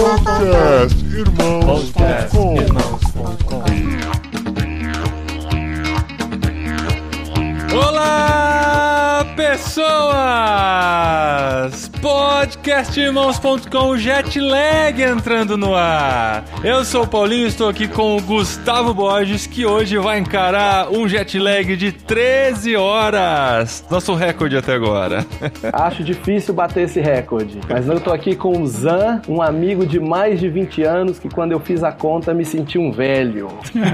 Olá, pessoas! Podcastirmãos.com Jetlag entrando no ar. Eu sou o Paulinho, estou aqui com o Gustavo Borges, que hoje vai encarar um jetlag de 13 horas. Nosso recorde até agora. Acho difícil bater esse recorde, mas eu tô aqui com o Zan, um amigo de mais de 20 anos que quando eu fiz a conta me senti um velho.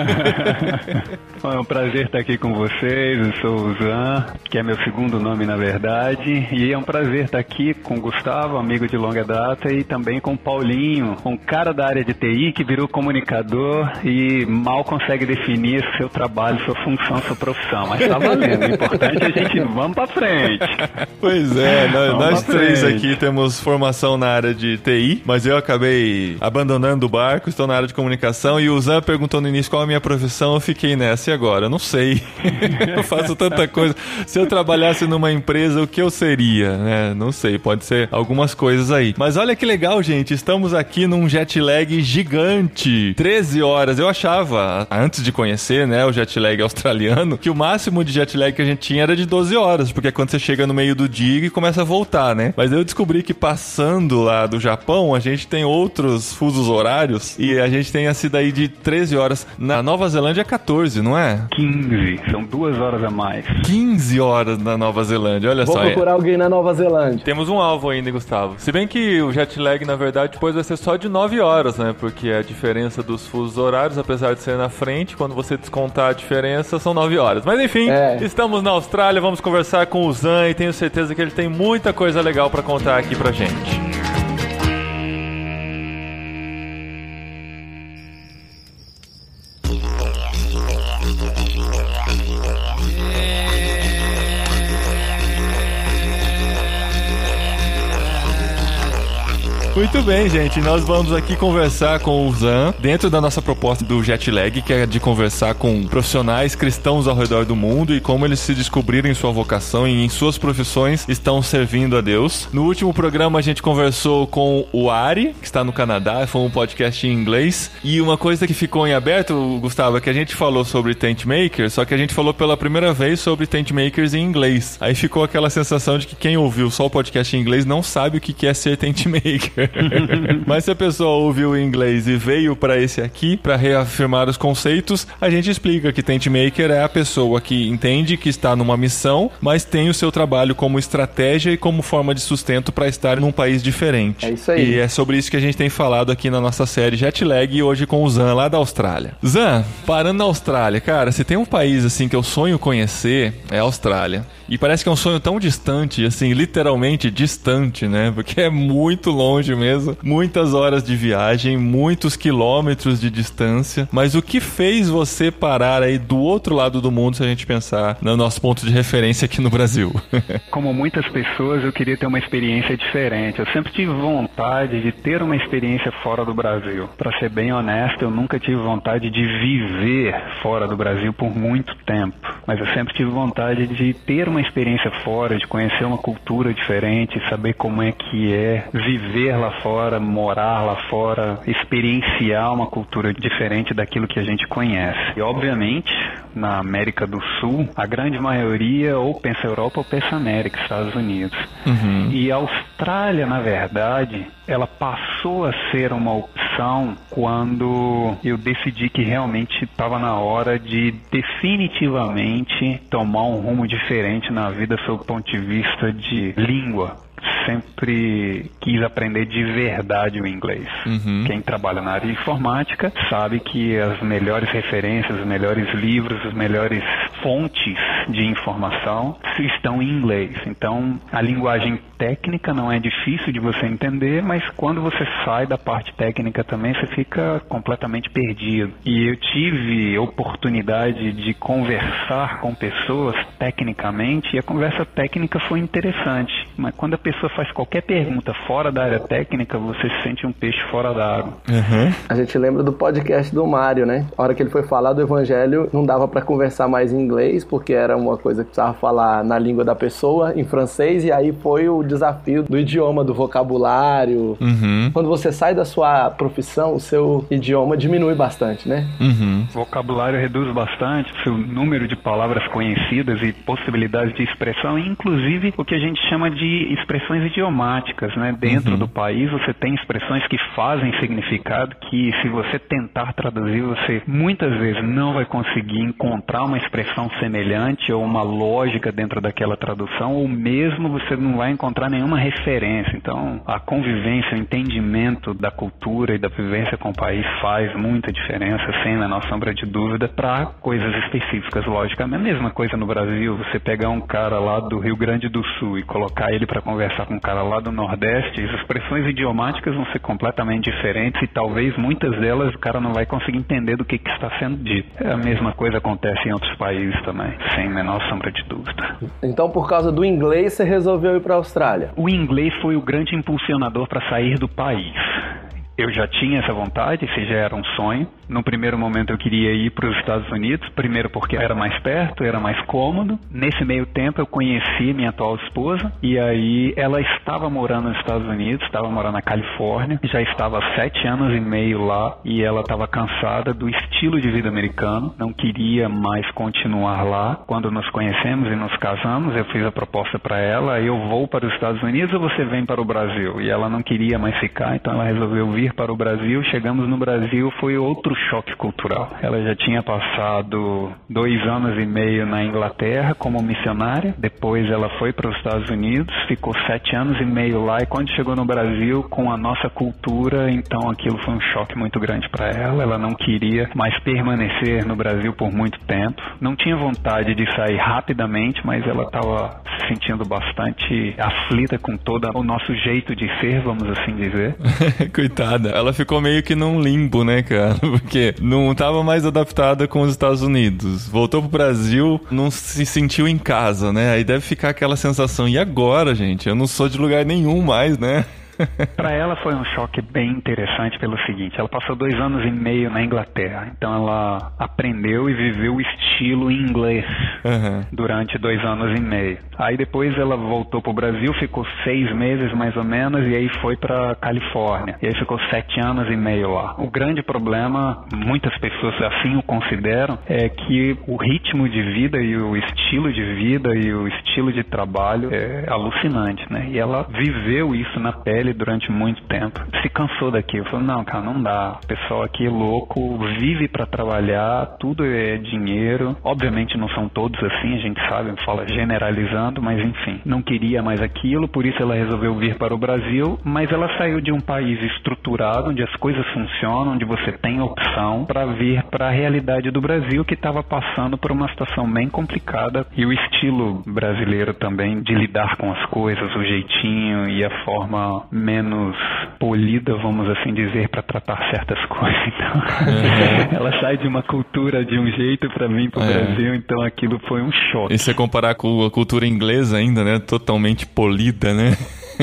É um prazer estar aqui com vocês, eu sou o Zan, que é meu segundo nome na verdade, e é um prazer estar aqui com o Gustavo, amigo de longa data, e também com o Paulinho, um cara da área de TI que virou comunicador e mal consegue definir seu trabalho, sua função, sua profissão, mas tá valendo, o importante é a gente vamos pra frente. Pois é, nós três aqui temos formação na área de TI, mas eu acabei abandonando o barco, estou na área de comunicação, e o Zan perguntou no início qual a minha profissão, eu fiquei nessa. Agora, eu não sei. Eu faço tanta coisa. Se eu trabalhasse numa empresa, o que eu seria, né? Não sei, pode ser algumas coisas aí. Mas olha que legal, gente. Estamos aqui num jet lag gigante. 13 horas. Eu achava, antes de conhecer, né, o jet lag australiano, que o máximo de jet lag que a gente tinha era de 12 horas, porque é quando você chega no meio do dia e começa a voltar, né? Mas eu descobri que passando lá do Japão, a gente tem outros fusos horários e a gente tem essa daí de 13 horas. Na Nova Zelândia é 14, não é? 15, são 2 horas a mais. 15 horas na Nova Zelândia, olha Vou só. Vou procurar alguém na Nova Zelândia. Temos um alvo ainda, Gustavo. Se bem que o jet lag, na verdade, depois vai ser só de 9 horas, né? Porque a diferença dos fusos horários, apesar de ser na frente, quando você descontar a diferença, são 9 horas. Mas enfim, estamos na Austrália, vamos conversar com o Zan e tenho certeza que ele tem muita coisa legal pra contar aqui pra gente. Muito bem, gente, nós vamos aqui conversar com o Zan dentro da nossa proposta do jet lag, que é de conversar com profissionais cristãos ao redor do mundo e como eles se descobriram em sua vocação e em suas profissões estão servindo a Deus. No último programa a gente conversou com o Ari, que está no Canadá, foi um podcast em inglês, e uma coisa que ficou em aberto, Gustavo, é que a gente falou sobre tent makers, só que a gente falou pela primeira vez sobre tent makers em inglês. Aí ficou aquela sensação de que quem ouviu só o podcast em inglês não sabe o que é ser tent maker. Mas se a pessoa ouviu em inglês e veio para esse aqui para reafirmar os conceitos, a gente explica que tent maker é a pessoa que entende que está numa missão, mas tem o seu trabalho como estratégia e como forma de sustento para estar num país diferente. É isso aí. E é sobre isso que a gente tem falado aqui na nossa série Jet Lag, e hoje com o Zan lá da Austrália. Zan, parando na Austrália, cara, se tem um país assim que eu sonho conhecer, é a Austrália. E parece que é um sonho tão distante, assim, literalmente distante, né? Porque é muito longe mesmo. Muitas horas de viagem, muitos quilômetros de distância. Mas o que fez você parar aí do outro lado do mundo, se a gente pensar no nosso ponto de referência aqui no Brasil? Como muitas pessoas, eu queria ter uma experiência diferente. Eu sempre tive vontade de ter uma experiência fora do Brasil. Para ser bem honesto, eu nunca tive vontade de viver fora do Brasil por muito tempo. Mas eu sempre tive vontade de ter uma experiência fora, de conhecer uma cultura diferente, saber como é que é viver lá fora, morar lá fora, experienciar uma cultura diferente daquilo que a gente conhece. E obviamente, na América do Sul, a grande maioria ou pensa Europa ou pensa América, Estados Unidos. Uhum. E a Austrália, na verdade, ela passou a ser uma opção quando eu decidi que realmente estava na hora de definitivamente tomar um rumo diferente na vida sob o ponto de vista de língua. Sempre quis aprender de verdade o inglês. Uhum. Quem trabalha na área de informática sabe que as melhores referências, os melhores livros, as melhores fontes de informação estão em inglês. Então, a linguagem técnica não é difícil de você entender, mas quando você sai da parte técnica também, você fica completamente perdido. E eu tive oportunidade de conversar com pessoas tecnicamente, e a conversa técnica foi interessante. Mas quando a pessoa faz qualquer pergunta fora da área técnica, você se sente um peixe fora d'água. A gente lembra do podcast do Mário, né? A hora que ele foi falar do evangelho, não dava pra conversar mais em inglês, porque era uma coisa que precisava falar na língua da pessoa, em francês, e aí foi o desafio do idioma, do vocabulário. Quando você sai da sua profissão, o seu idioma diminui bastante, né? O vocabulário reduz bastante, o seu número de palavras conhecidas e possibilidades de expressão, inclusive o que a gente chama de expressões idiomáticas, né? Dentro do país você tem expressões que fazem significado que, se você tentar traduzir, você muitas vezes não vai conseguir encontrar uma expressão semelhante ou uma lógica dentro daquela tradução, ou mesmo você não vai encontrar nenhuma referência. Então, a convivência, o entendimento da cultura e da vivência com o país faz muita diferença, sem a menor sombra de dúvida, para coisas específicas, logicamente. A mesma coisa no Brasil, você pegar um cara lá do Rio Grande do Sul e colocar ele para conversar com um cara lá do Nordeste, as expressões idiomáticas vão ser completamente diferentes e talvez muitas delas o cara não vai conseguir entender do que está sendo dito. A mesma coisa acontece em outros países também, sem a menor sombra de dúvida. Então, por causa do inglês, você resolveu ir para a Austrália? O inglês foi o grande impulsionador para sair do país. Eu já tinha essa vontade, esse já era um sonho. No primeiro momento eu queria ir para os Estados Unidos, primeiro porque era mais perto, era mais cômodo. Nesse meio tempo eu conheci minha atual esposa e aí ela estava morando nos Estados Unidos, estava morando na Califórnia, já estava há 7 anos e meio lá e ela estava cansada do estilo de vida americano, não queria mais continuar lá. Quando nos conhecemos e nos casamos, eu fiz a proposta para ela: eu vou para os Estados Unidos ou você vem para o Brasil? E ela não queria mais ficar, então ela resolveu vir para o Brasil. Chegamos no Brasil, foi outro choque cultural. Ela já tinha passado 2 anos e meio na Inglaterra como missionária, depois ela foi para os Estados Unidos, ficou 7 anos e meio lá, e quando chegou no Brasil com a nossa cultura, então aquilo foi um choque muito grande para ela. Ela não queria mais permanecer no Brasil por muito tempo, não tinha vontade de sair rapidamente, mas ela estava se sentindo bastante aflita com todo o nosso jeito de ser, vamos assim dizer. Coitada, ela ficou meio que num limbo, né, cara? Porque não estava mais adaptada com os Estados Unidos. Voltou pro Brasil, não se sentiu em casa, né? Aí deve ficar aquela sensação: e agora, gente? Eu não sou de lugar nenhum mais, né? Para ela foi um choque bem interessante pelo seguinte: ela passou 2 anos e meio na Inglaterra, então ela aprendeu e viveu o estilo inglês durante 2 anos e meio. Aí depois ela voltou pro Brasil, ficou 6 meses mais ou menos, e aí foi para Califórnia, e aí ficou 7 anos e meio lá. O grande problema, muitas pessoas assim o consideram, é que o ritmo de vida e o estilo de vida e o estilo de trabalho é alucinante, né? E ela viveu isso na pele durante muito tempo. Se cansou daquilo. Falou: não, cara, não dá. O pessoal aqui é louco, vive pra trabalhar, tudo é dinheiro. Obviamente não são todos assim, a gente sabe, fala generalizando, mas enfim, não queria mais aquilo, por isso ela resolveu vir para o Brasil, mas ela saiu de um país estruturado, onde as coisas funcionam, onde você tem opção, para vir para a realidade do Brasil, que estava passando por uma situação bem complicada, e o estilo brasileiro também de lidar com as coisas, o jeitinho e a forma menos polida, vamos assim dizer, para tratar certas coisas. Então, ela sai de uma cultura de um jeito para vir pro Brasil, então aquilo foi um choque. E se comparar com a cultura inglesa ainda, né? Totalmente polida, né?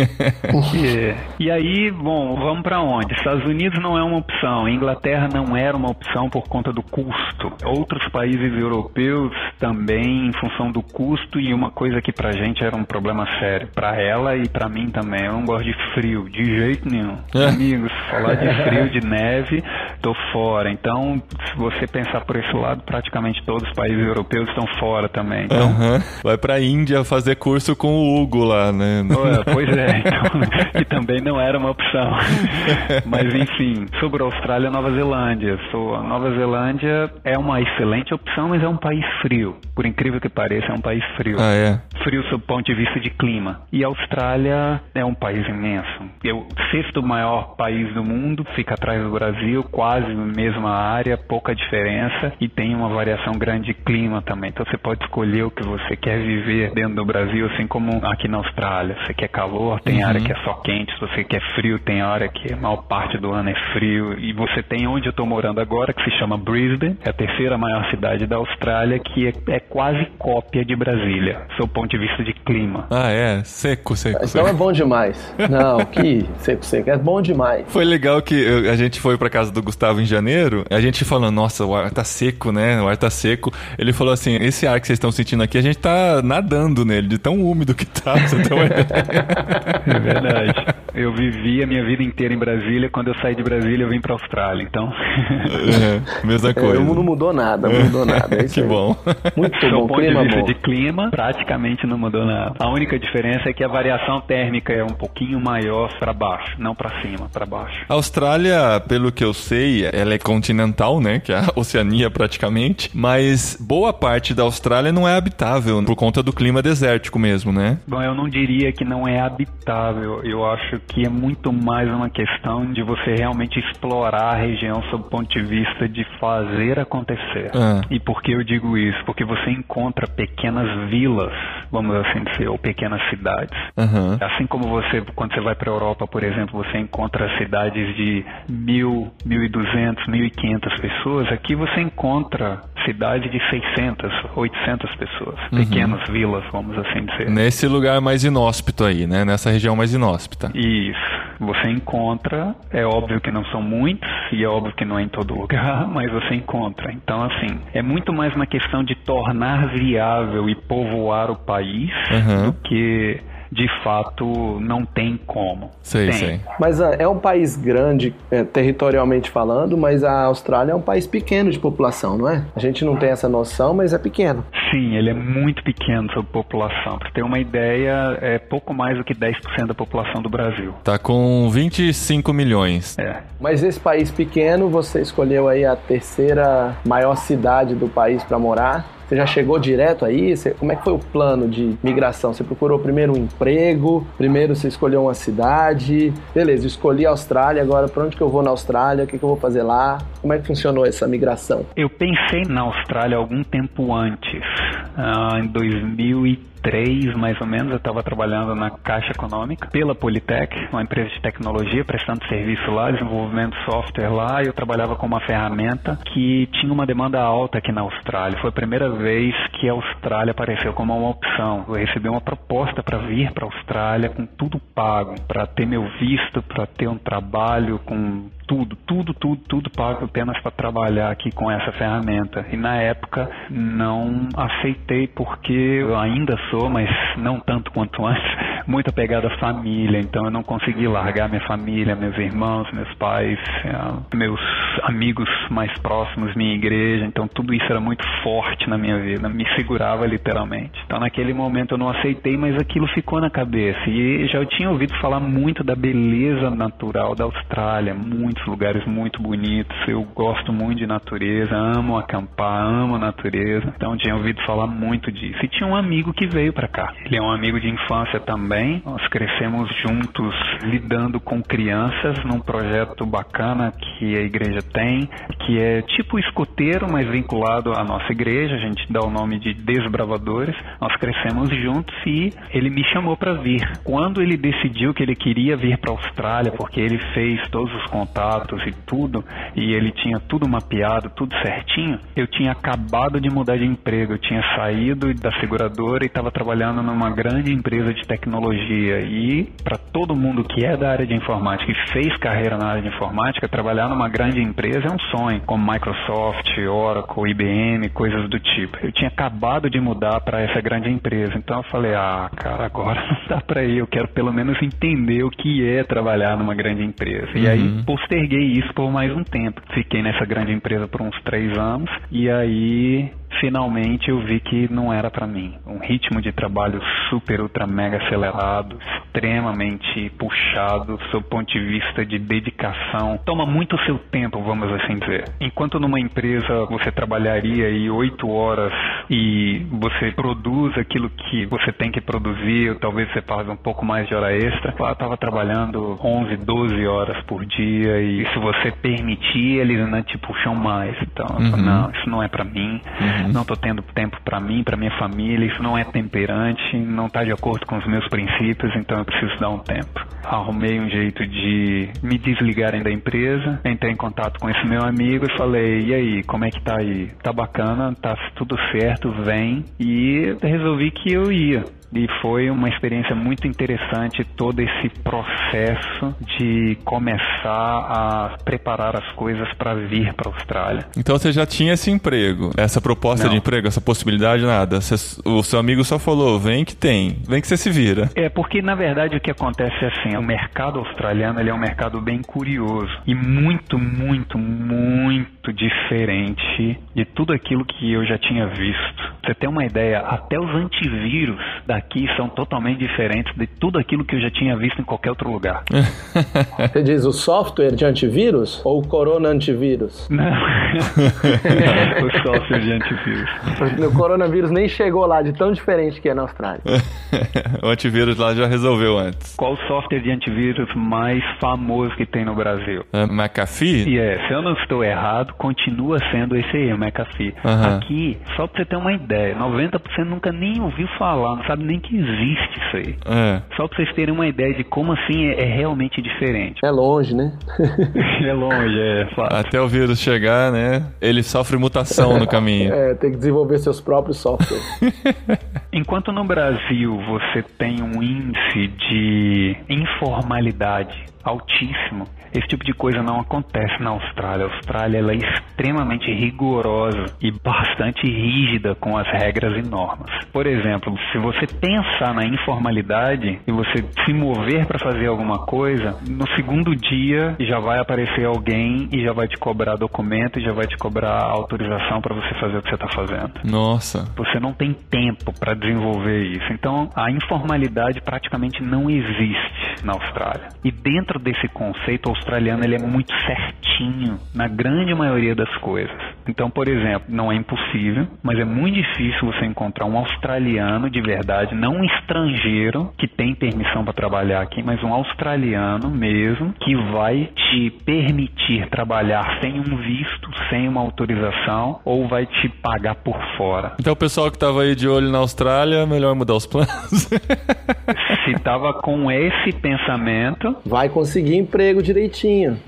E aí, bom, vamos para onde? Estados Unidos não é uma opção, Inglaterra não era uma opção por conta do custo. Outros países europeus também, em função do custo, e uma coisa que pra gente era um problema sério, pra ela e pra mim também: eu não gosto de frio, de jeito nenhum. Amigos, falar de frio, de neve, tô fora. Então, se você pensar por esse lado, praticamente todos os países europeus estão fora também. Então, vai pra Índia fazer curso com o Hugo lá, né? Pois é. Então, que também não era uma opção. Mas enfim, sobre a Austrália e Nova Zelândia. A Nova Zelândia é uma excelente opção, mas é um país frio. Por incrível que pareça, é um país frio. Frio sob o ponto de vista de clima. E a Austrália é um país imenso. É o 6º maior país do mundo, fica atrás do Brasil, quase na mesma área, pouca diferença, e tem uma variação grande de clima também. Então você pode escolher o que você quer viver dentro do Brasil, assim como aqui na Austrália. Você quer calor, tem área que é só quente. Se você quer frio, tem área que a maior parte do ano é frio. E você tem onde eu estou morando agora, que se chama Brisbane, é a 3ª maior cidade da Austrália, que é quase cópia de Brasília. Do ponto ponto de vista de clima. Ah, é? Seco. Então é bom demais. Não, que seco. É bom demais. Foi legal que a gente foi pra casa do Gustavo em janeiro, a gente falando, nossa, o ar tá seco, né? O ar tá seco. Ele falou assim, esse ar que vocês estão sentindo aqui, a gente tá nadando nele, de tão úmido que tá. Você tem uma ideia. É verdade. Eu vivi a minha vida inteira em Brasília. Quando eu saí de Brasília, eu vim pra Austrália, então... mesma coisa. Não mudou nada, É isso que aí. Bom. Muito bom. Do ponto de vista bom. de clima, praticamente não mudou nada. A única diferença é que a variação térmica é um pouquinho maior pra baixo, não pra cima, pra baixo. A Austrália, pelo que eu sei, ela é continental, né? Que é a Oceania praticamente, mas boa parte da Austrália não é habitável por conta do clima desértico mesmo, né? Bom, eu não diria que não é habitável. Eu acho que é muito mais uma questão de você realmente explorar a região sob o ponto de vista de fazer acontecer. E por que eu digo isso? Porque você encontra pequenas vilas, vamos assim dizer, ou pequenas cidades. Assim como você, quando você vai para a Europa, por exemplo, você encontra cidades de 1.000, 1.200, 1.500 pessoas. Aqui você encontra cidades de 600, 800 pessoas. Pequenas vilas, vamos assim dizer. Nesse lugar mais inóspito aí, né? Nessa região mais inóspita. Isso. Você encontra, é óbvio que não são muitos, e é óbvio que não é em todo lugar, mas você encontra. Então, assim, é muito mais uma questão de tornar viável e povoar o país do que... de fato, não tem como. Sei. Mas é um país grande, territorialmente falando, mas a Austrália é um país pequeno de população, não é? A gente não tem essa noção, mas é pequeno. Sim, ele é muito pequeno sobre população. Para ter uma ideia, é pouco mais do que 10% da população do Brasil. Tá com 25 milhões. Mas esse país pequeno, você escolheu aí a terceira maior cidade do país para morar. Você já chegou direto aí? Como é que foi o plano de migração? Você procurou primeiro um emprego? Primeiro você escolheu uma cidade? Beleza, escolhi a Austrália, agora para onde que eu vou na Austrália? O que eu vou fazer lá? Como é que funcionou essa migração? Eu pensei na Austrália algum tempo antes. Em 2003, mais ou menos, eu estava trabalhando na Caixa Econômica pela Politec, uma empresa de tecnologia, prestando serviço lá, desenvolvimento de software lá, e eu trabalhava com uma ferramenta que tinha uma demanda alta aqui na Austrália. Foi a primeira vez que a Austrália apareceu como uma opção. Eu recebi uma proposta para vir para a Austrália com tudo pago, para ter meu visto, para ter um trabalho com tudo pago apenas para trabalhar aqui com essa ferramenta. E na época não aceitei porque eu ainda sou, mas não tanto quanto antes, muito apegado à família. Então eu não consegui largar minha família, meus irmãos, meus pais, meus amigos mais próximos, minha igreja. Então tudo isso era muito forte na minha vida, me segurava literalmente. Então naquele momento eu não aceitei, mas aquilo ficou na cabeça. E já eu tinha ouvido falar muito da beleza natural da Austrália, muitos lugares muito bonitos. Eu gosto muito de natureza, amo acampar, amo a natureza. Então tinha ouvido falar muito disso. E tinha um amigo que veio pra cá. Ele é um amigo de infância também. Nós crescemos juntos lidando com crianças num projeto bacana que a igreja tem, que é tipo escoteiro, mas vinculado à nossa igreja. A gente dá o nome de Desbravadores. Nós crescemos juntos e ele me chamou para vir. Quando ele decidiu que ele queria vir para a Austrália, porque ele fez todos os contatos e tudo, e ele tinha tudo mapeado, tudo certinho, eu tinha acabado de mudar de emprego. Eu tinha saído da seguradora e estava trabalhando numa grande empresa de tecnologia. E para todo mundo que é da área de informática e fez carreira na área de informática, trabalhar numa grande empresa é um sonho, como Microsoft, Oracle, IBM, coisas do tipo. Eu tinha acabado de mudar para essa grande empresa, então eu falei, cara, agora não dá para ir, eu quero pelo menos entender o que é trabalhar numa grande empresa. E aí posterguei isso por mais um tempo. Fiquei nessa grande empresa por uns 3 anos e aí finalmente eu vi que não era para mim. Um ritmo de trabalho super, ultra, mega acelerado, extremamente puxado, sob o ponto de vista de dedicação. Toma muito o seu tempo, vamos assim dizer. Enquanto numa empresa você trabalharia aí 8 horas e você produz aquilo que você tem que produzir, ou talvez você pague um pouco mais de hora extra, lá eu estava trabalhando 11, 12 horas por dia e se você permitir, eles ainda te puxam mais. Então, não, isso não é para mim. Não estou tendo tempo para mim, para minha família, isso não é temperante, não está de acordo com os meus princípios, então eu preciso dar um tempo. Arrumei um jeito de me desligarem da empresa, entrei em contato com esse meu amigo e falei, e aí, como é que tá aí? Tá bacana, tá tudo certo, vem. E resolvi que eu ia. E foi uma experiência muito interessante todo esse processo de começar a preparar as coisas para vir para a Austrália. Então você já tinha esse emprego, essa proposta Não. de emprego, essa possibilidade, nada. O seu amigo só falou, vem que tem, vem que você se vira. Porque na verdade o que acontece é assim, o mercado australiano ele é um mercado bem curioso e muito, muito, muito diferente de tudo aquilo que eu já tinha visto. Pra você ter uma ideia, até os antivírus daqui são totalmente diferentes de tudo aquilo que eu já tinha visto em qualquer outro lugar. Você diz o software de antivírus ou o Corona antivírus? Não. O software de antivírus. O coronavírus nem chegou lá, de tão diferente que é na Austrália. O antivírus lá já resolveu antes. Qual o software de antivírus mais famoso que tem no Brasil? McAfee? Se eu não estou errado, continua sendo esse aí, o McAfee. Aqui, só pra você ter uma ideia, 90% nunca nem ouviu falar, não sabe nem que existe isso aí. Só pra vocês terem uma ideia de como assim é realmente diferente. É longe, né? É longe, é fácil. Até o vírus chegar, né? Ele sofre mutação no caminho. Tem que desenvolver seus próprios softwares. Enquanto no Brasil você tem um índice de informalidade altíssimo, esse tipo de coisa não acontece na Austrália. A Austrália ela é extremamente rigorosa e bastante rígida com as regras e normas. Por exemplo, se você pensar na informalidade e você se mover para fazer alguma coisa, no segundo dia já vai aparecer alguém e já vai te cobrar documento e já vai te cobrar autorização para você fazer o que você está fazendo. Nossa. Você não tem tempo para desenvolver isso. Então, a informalidade praticamente não existe na Austrália. E dentro desse conceito, o australiano ele é muito certinho na grande maioria das coisas. Então, por exemplo, não é impossível, mas é muito difícil você encontrar um australiano de verdade, não um estrangeiro que tem permissão para trabalhar aqui, mas um australiano mesmo que vai te permitir trabalhar sem um visto, sem uma autorização, ou vai te pagar por fora. Então o pessoal que estava aí de olho na Austrália, melhor mudar os planos. Se estava com esse pensamento, vai conseguir emprego direitinho.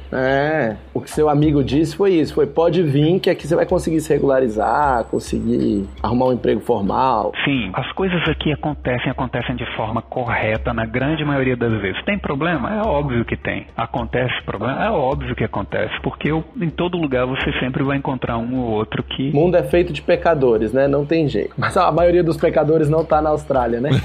O que seu amigo disse foi isso, pode vir que aqui você vai conseguir se regularizar, conseguir arrumar um emprego formal. Sim, as coisas aqui acontecem de forma correta na grande maioria das vezes. Tem problema? É óbvio que tem. Acontece problema? É óbvio que acontece, porque em todo lugar você sempre vai encontrar um ou outro que... O mundo é feito de pecadores, né? Não tem jeito. Mas a maioria dos pecadores não tá na Austrália, né?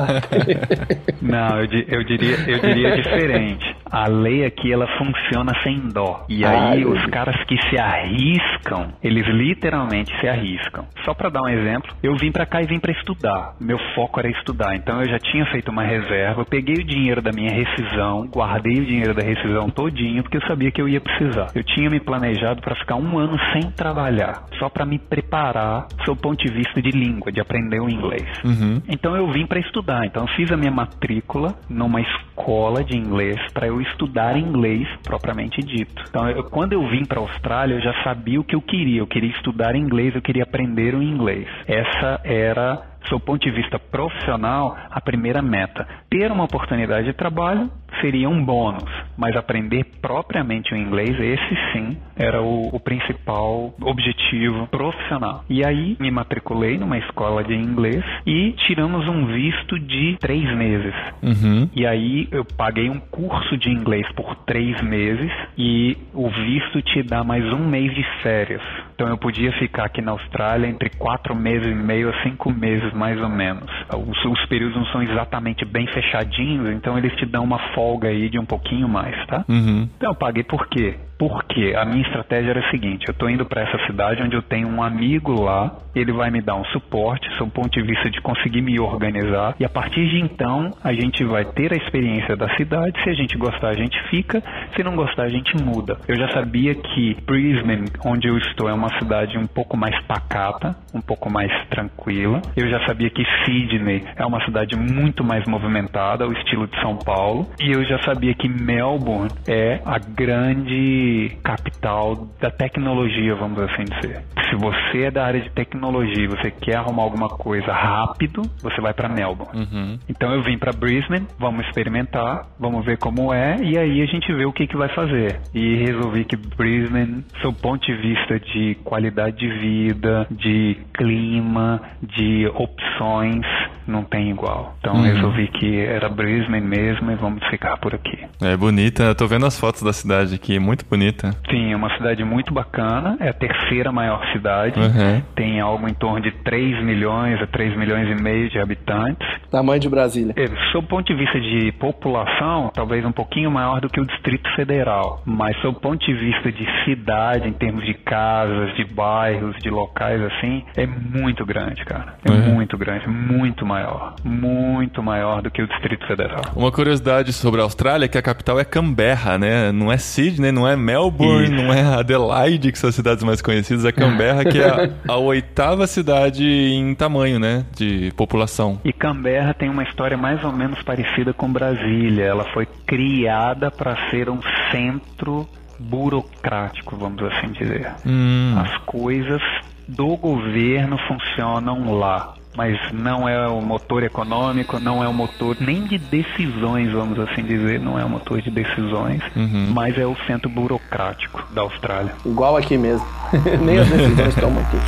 Não, eu diria diferente. A lei aqui, ela funciona sem dó. E aí, os caras que se arriscam, eles literalmente se arriscam. Só pra dar um exemplo, eu vim pra cá e vim pra estudar. Meu foco era estudar. Então, eu já tinha feito uma reserva. Eu peguei o dinheiro da minha rescisão, guardei o dinheiro da rescisão todinho, porque eu sabia que eu ia precisar. Eu tinha me planejado pra ficar 1 ano sem trabalhar, só pra me preparar sob o ponto de vista de língua, de aprender o inglês. Então, eu vim pra estudar. Então, eu fiz a minha matrícula numa escola de inglês para eu estudar inglês propriamente dito. Então, quando eu vim para a Austrália, eu já sabia o que eu queria. Eu queria estudar inglês, eu queria aprender o inglês. Essa era, do ponto de vista profissional, a primeira meta. Ter uma oportunidade de trabalho seria um bônus, mas aprender propriamente o inglês, esse sim, era o principal objetivo profissional. E aí, me matriculei numa escola de inglês e tiramos um visto de 3 meses. E aí, eu paguei um curso de inglês por 3 meses e o visto te dá mais 1 mês de férias. Então, eu podia ficar aqui na Austrália entre 4 meses e meio a 5 meses, mais ou menos. Os períodos não são exatamente bem fechadinhos, então eles te dão uma folga aí de um pouquinho mais, tá? Então eu paguei por quê? Porque a minha estratégia era a seguinte: eu tô indo para essa cidade onde eu tenho um amigo lá, ele vai me dar um suporte, sob o ponto de vista de conseguir me organizar, e a partir de então a gente vai ter a experiência da cidade. Se a gente gostar, a gente fica, se não gostar, a gente muda. Eu já sabia que Brisbane, onde eu estou, é uma cidade um pouco mais pacata, um pouco mais tranquila. Eu já sabia que Sydney é uma cidade muito mais movimentada, ao estilo de São Paulo, e eu já sabia que Melbourne é a grande capital da tecnologia, vamos assim dizer. Se você é da área de tecnologia e você quer arrumar alguma coisa rápido, você vai para Melbourne. Então eu vim para Brisbane, vamos experimentar, vamos ver como é, e aí a gente vê o que vai fazer. E resolvi que Brisbane, sob o ponto de vista de qualidade de vida, de clima, de opções, não tem igual. Então resolvi que era Brisbane mesmo e vamos ficar por aqui. É bonita, eu tô vendo as fotos da cidade aqui, muito bonita. Sim, é uma cidade muito bacana, é a terceira maior cidade, tem algo em torno de 3 milhões a 3 milhões e meio de habitantes. Tamanho de Brasília. Sob o ponto de vista de população, talvez um pouquinho maior do que o Distrito Federal, mas sob o ponto de vista de cidade, em termos de casas, de bairros, de locais assim, é muito grande, cara. É muito grande, muito maior do que o Distrito Federal. Uma curiosidade sobre a Austrália é que a capital é Canberra, né? Não é Sydney, não é Melbourne, não é Adelaide, que são as cidades mais conhecidas, é Canberra, que é a 8ª cidade em tamanho, né? De população. E Canberra tem uma história mais ou menos parecida com Brasília. Ela foi criada para ser um centro burocrático, vamos assim dizer. As coisas do governo funcionam lá, mas não é o motor econômico, não é o motor nem de decisões, vamos assim dizer, não é o motor de decisões, mas é o centro burocrático da Austrália. Igual aqui mesmo. Nem as decisões tomam aqui.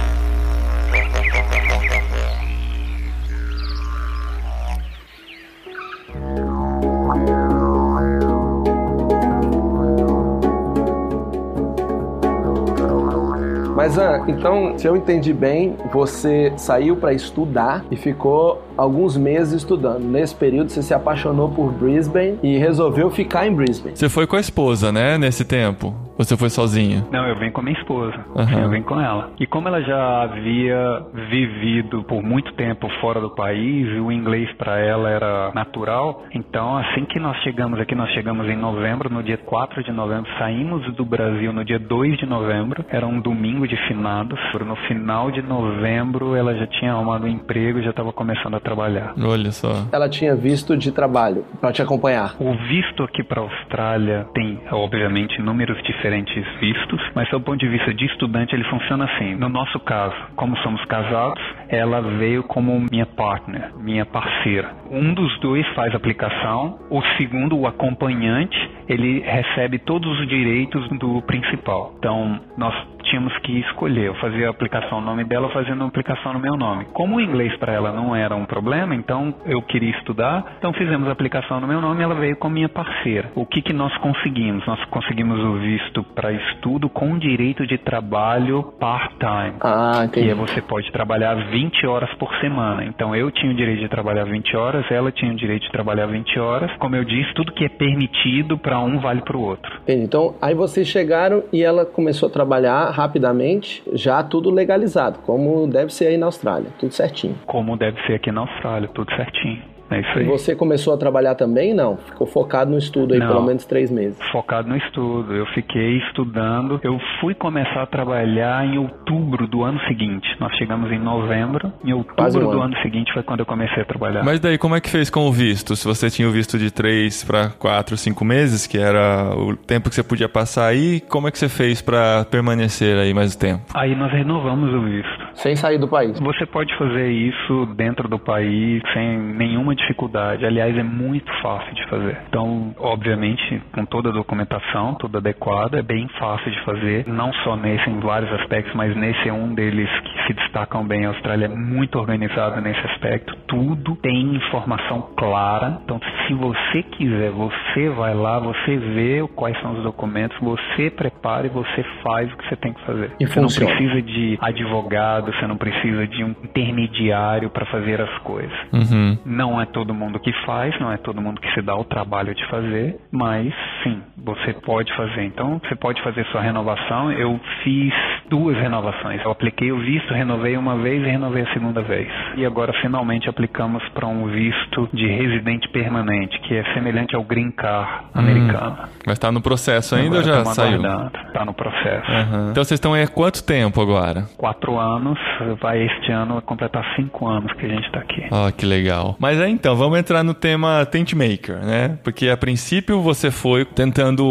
Mas, então, se eu entendi bem, você saiu para estudar e ficou alguns meses estudando. Nesse período, você se apaixonou por Brisbane e resolveu ficar em Brisbane. Você foi com a esposa, né, nesse tempo? Ou você foi sozinho? Não, eu vim com a minha esposa. Eu vim com ela. E como ela já havia vivido por muito tempo fora do país, e o inglês para ela era natural, então assim que nós chegamos aqui, nós chegamos em novembro, no dia 4 de novembro, saímos do Brasil no dia 2 de novembro, era um domingo de finados. No final de novembro, ela já tinha arrumado um emprego e já estava começando a trabalhar. Olha só. Ela tinha visto de trabalho para te acompanhar. O visto aqui para a Austrália tem, obviamente, inúmeros diferentes vistos, mas do ponto de vista de estudante, ele funciona assim. No nosso caso, como somos casados, ela veio como minha partner, minha parceira. Um dos dois faz a aplicação, o segundo, o acompanhante, ele recebe todos os direitos do principal. Então, nós tínhamos que escolher, eu fazia a aplicação no nome dela, fazendo a aplicação no meu nome. Como o inglês para ela não era um problema, então eu queria estudar, então fizemos a aplicação no meu nome e ela veio como minha parceira. O que nós conseguimos? Nós conseguimos o visto para estudo com direito de trabalho part-time. Entendi. Que você pode trabalhar 20 horas por semana. Então eu tinha o direito de trabalhar 20 horas, ela tinha o direito de trabalhar 20 horas. Como eu disse, tudo que é permitido para um vale para o outro. Entendi. Então, aí vocês chegaram e ela começou a trabalhar rapidamente, já tudo legalizado, como deve ser aí na Austrália, tudo certinho. Como deve ser aqui na Austrália, tudo certinho. É isso aí. E você começou a trabalhar também? Não? Ficou focado no estudo aí pelo menos 3 meses? Focado no estudo. Eu fiquei estudando. Eu fui começar a trabalhar em outubro do ano seguinte. Nós chegamos em novembro. Em outubro do ano seguinte foi quando eu comecei a trabalhar. Mas daí como é que fez com o visto? Se você tinha o visto de 3 para 4, 5 meses, que era o tempo que você podia passar aí, como é que você fez para permanecer aí mais tempo? Aí nós renovamos o visto. Sem sair do país? Você pode fazer isso dentro do país sem nenhuma dificuldade. Aliás, é muito fácil de fazer. Então, obviamente, com toda a documentação, toda adequada, é bem fácil de fazer. Não só nesse, em vários aspectos, mas nesse é um deles que se destacam bem. A Austrália é muito organizada nesse aspecto. Tudo tem informação clara. Então, se você quiser, você vai lá, você vê quais são os documentos, você prepara e você faz o que você tem que fazer. E você funciona. Não precisa de advogado, você não precisa de um intermediário para fazer as coisas. Não é todo mundo que faz, não é todo mundo que se dá o trabalho de fazer, mas sim, você pode fazer. Então, você pode fazer sua renovação. Eu fiz 2 renovações. Eu apliquei o visto, renovei uma vez e renovei a segunda vez. E agora, finalmente, aplicamos para um visto de residente permanente, que é semelhante ao Green Card americano. Mas está no processo ainda ou já saiu? Está no processo. Então, vocês estão aí há quanto tempo agora? 4 anos. Vai este ano completar 5 anos que a gente está aqui. Que legal. Mas aí, então, vamos entrar no tema Tent Maker, né? Porque, a princípio, você foi tentando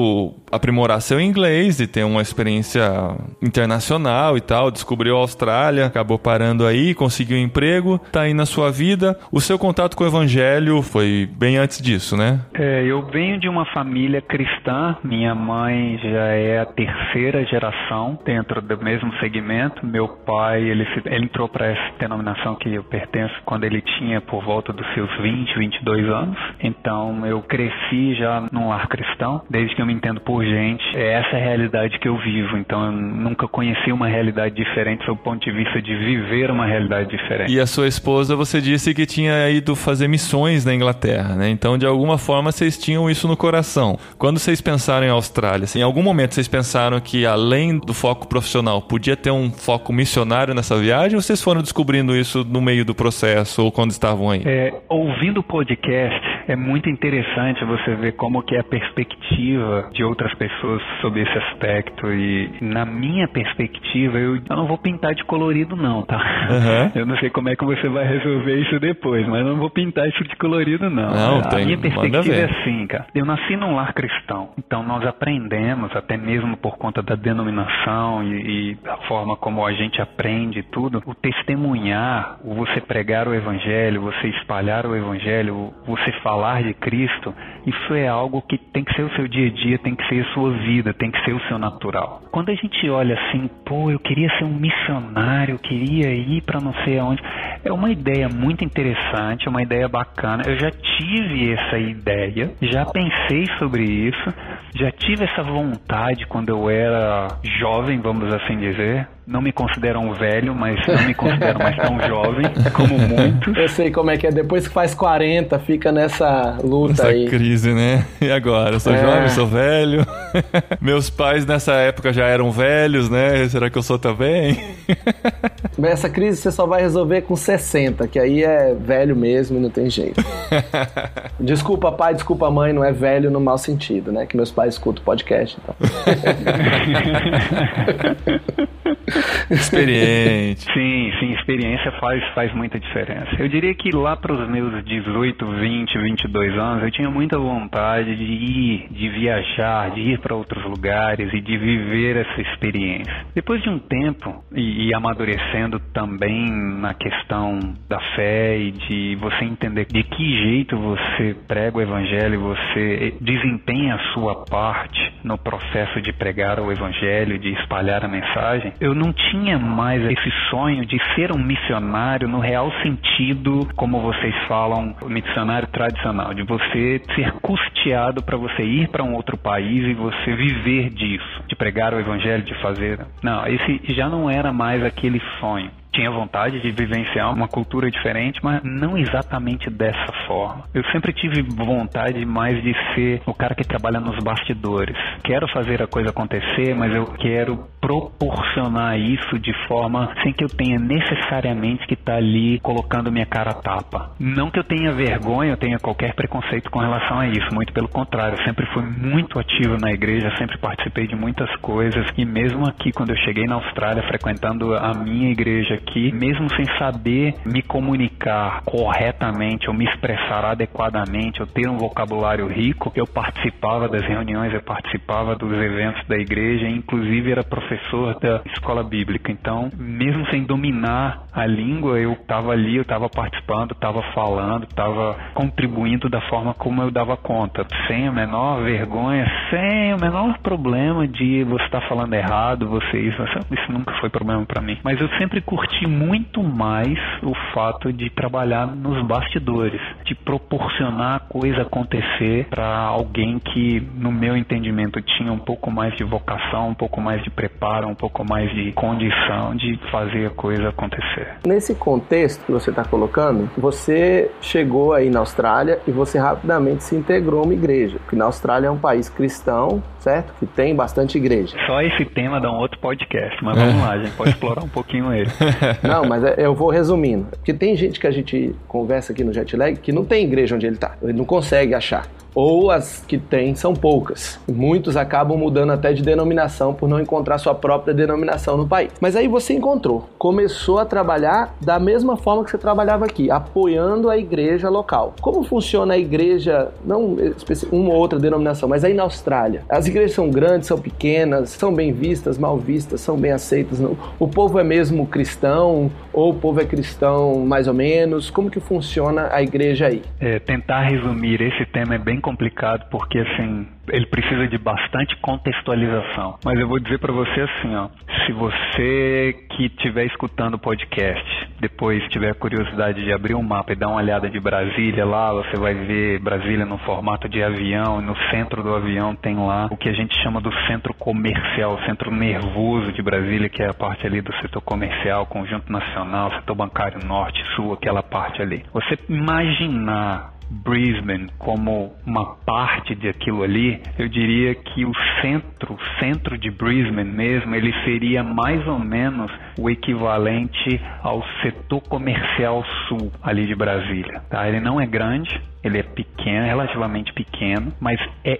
aprimorar seu inglês e ter uma experiência internacional e tal, descobriu a Austrália, acabou parando aí, conseguiu um emprego, tá aí na sua vida. O seu contato com o evangelho foi bem antes disso, né? Eu venho de uma família cristã, minha mãe já é a terceira geração dentro do mesmo segmento. Meu pai, ele entrou para essa denominação que eu pertenço quando ele tinha por volta dos seus 20, 22 anos. Então eu cresci já num lar cristão, desde que eu me entendo por gente. Essa é a realidade que eu vivo, então eu nunca conheci uma realidade diferente sob o ponto de vista de viver uma realidade diferente. E a sua esposa, você disse que tinha ido fazer missões na Inglaterra, né? Então de alguma forma vocês tinham isso no coração. Quando vocês pensaram em Austrália, em algum momento vocês pensaram que além do foco profissional, podia ter um foco missionário nessa viagem, ou vocês foram descobrindo isso no meio do processo ou quando estavam aí? Ouvindo o podcast, é muito interessante você ver como que é a perspectiva de outras pessoas sobre esse aspecto. E na minha perspectiva, eu não vou pintar de colorido não, tá? Uhum. Eu não sei como é que você vai resolver isso depois, mas eu não vou pintar isso de colorido não. A minha perspectiva é assim, cara. Eu nasci num lar cristão, então nós aprendemos, até mesmo por conta da denominação e da forma como a gente aprende tudo, o testemunhar, o você pregar o evangelho, você espalhar o evangelho, você falar de Cristo, isso é algo que tem que ser o seu dia a dia, tem que ser a sua vida, tem que ser o seu natural. Quando a gente olha assim, eu queria ser um missionário, eu queria ir para não sei aonde, é uma ideia muito interessante, uma ideia bacana. Eu já tive essa ideia, já pensei sobre isso, já tive essa vontade quando eu era jovem, vamos assim dizer. Não me considero um velho, mas não me considero mais tão jovem como muitos. Eu sei como é que é. Depois que faz 40, fica nessa luta aí. Essa crise, né? E agora? Eu sou jovem, sou velho. Meus pais nessa época já eram velhos, né? Será que eu sou também? Essa crise você só vai resolver com 60, que aí é velho mesmo e não tem jeito. Desculpa pai, desculpa mãe, não é velho no mau sentido, né? Que meus pais escutam podcast, então. Experiente. Sim, experiência faz muita diferença. Eu diria que lá para os meus 18, 20, 22 anos, eu tinha muita vontade de ir, de viajar, de ir para outros lugares e de viver essa experiência. Depois de um tempo, e amadurecendo também na questão da fé e de você entender de que jeito você prega o evangelho, você desempenha a sua parte no processo de pregar o evangelho, de espalhar a mensagem, eu não tinha mais esse sonho de ser um missionário no real sentido, como vocês falam, missionário tradicional, de você ser custeado para você ir para um outro país e você viver disso, de pregar o evangelho, de fazer. Não, esse já não era mais aquele sonho. Tinha vontade de vivenciar uma cultura diferente, mas não exatamente dessa forma. Eu sempre tive vontade mais de ser o cara que trabalha nos bastidores. Quero fazer a coisa acontecer, mas eu quero proporcionar isso de forma sem que eu tenha necessariamente que estar ali colocando minha cara a tapa. Não que eu tenha vergonha, eu tenha qualquer preconceito com relação a isso, muito pelo contrário. Eu sempre fui muito ativo na igreja, sempre participei de muitas coisas e mesmo aqui, quando eu cheguei na Austrália, frequentando a minha igreja aqui, mesmo sem saber me comunicar corretamente ou me expressar adequadamente ou ter um vocabulário rico, eu participava das reuniões, eu participava dos eventos da igreja, inclusive era professor da escola bíblica. Então, mesmo sem dominar a língua, eu estava ali, eu estava participando, estava falando, estava contribuindo da forma como eu dava conta, sem a menor vergonha, sem o menor problema de você estar falando errado, isso nunca foi problema para mim. Mas eu sempre curti muito mais o fato de trabalhar nos bastidores, de proporcionar a coisa acontecer para alguém que, no meu entendimento, tinha um pouco mais de vocação, um pouco mais de preparo, um pouco mais de condição de fazer a coisa acontecer. Nesse contexto que você está colocando, você chegou aí na Austrália e você rapidamente se integrou a uma igreja, porque na Austrália é um país cristão, certo? Que tem bastante igreja. Só esse tema dá um outro podcast, mas vamos lá, a gente pode explorar um pouquinho ele. Não, mas eu vou resumindo. Porque tem gente que a gente conversa aqui no Jetlag que não tem igreja onde ele tá. Ele não consegue achar. ou as que tem são poucas. Muitos acabam mudando até de denominação por não encontrar sua própria denominação no país. Mas aí você encontrou, começou a trabalhar da mesma forma que você trabalhava aqui, apoiando a igreja local. Como funciona a igreja, não uma ou outra denominação, mas aí na Austrália? As igrejas são grandes, são pequenas, são bem vistas, mal vistas, são bem aceitas? Não? O povo é mesmo cristão ou o povo é cristão mais ou menos? Como que funciona a igreja aí? Tentar resumir esse tema é bem complicado porque, assim, ele precisa de bastante contextualização. Mas eu vou dizer para você assim, ó, se você que estiver escutando o podcast, depois tiver curiosidade de abrir um mapa e dar uma olhada de Brasília lá, você vai ver Brasília no formato de avião, e no centro do avião tem lá o que a gente chama do centro comercial, o centro nervoso de Brasília, que é a parte ali do setor comercial, conjunto nacional, setor bancário norte, sul, aquela parte ali. Você imaginar Brisbane como uma parte de aquilo ali, eu diria que o centro de Brisbane mesmo, ele seria mais ou menos o equivalente ao setor comercial sul ali de Brasília, tá? Ele não é grande, ele é pequeno, relativamente pequeno, mas é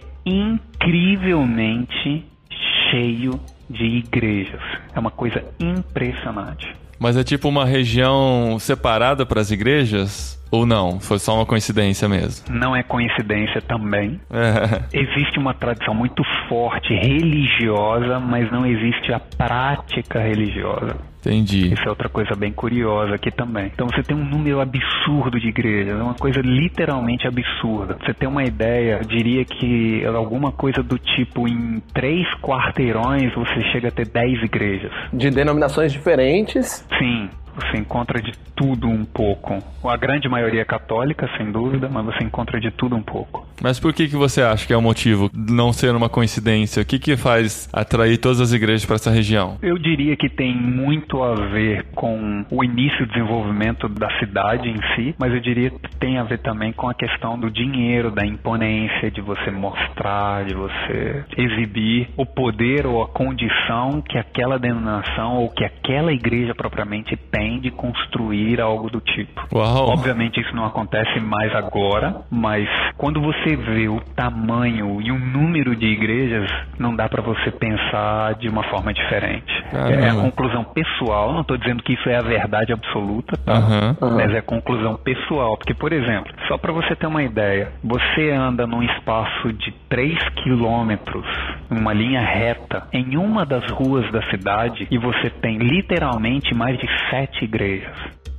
incrivelmente cheio de igrejas. É uma coisa impressionante. Mas é tipo uma região separada para as igrejas? Ou não? Foi só uma coincidência mesmo? Não é coincidência também. Existe uma tradição muito forte religiosa, mas não existe a prática religiosa. Entendi. Isso é outra coisa bem curiosa aqui também. Então você tem um número absurdo de igrejas, é uma coisa literalmente absurda. Você tem uma ideia, eu diria que alguma coisa do tipo, em 3 quarteirões você chega a ter 10 igrejas. De denominações diferentes? Sim. Você encontra de tudo um pouco. A grande maioria é católica, sem dúvida, mas você encontra de tudo um pouco. Mas por que você acha que é o motivo de não ser uma coincidência? O que faz atrair todas as igrejas para essa região? Eu diria que tem muito a ver com o início do desenvolvimento da cidade em si, mas eu diria que tem a ver também com a questão do dinheiro, da imponência, de você mostrar, de você exibir o poder ou a condição que aquela denominação ou que aquela igreja propriamente tem de construir algo do tipo. Uau. Obviamente isso não acontece mais agora, mas quando você vê o tamanho e o número de igrejas, não dá para você pensar de uma forma diferente. É a conclusão pessoal, não estou dizendo que isso é a verdade absoluta, tá? Mas é a conclusão pessoal, porque, por exemplo, só para você ter uma ideia, você anda num espaço de 3 quilômetros, uma linha reta, em uma das ruas da cidade, e você tem literalmente mais de 7 igrejas.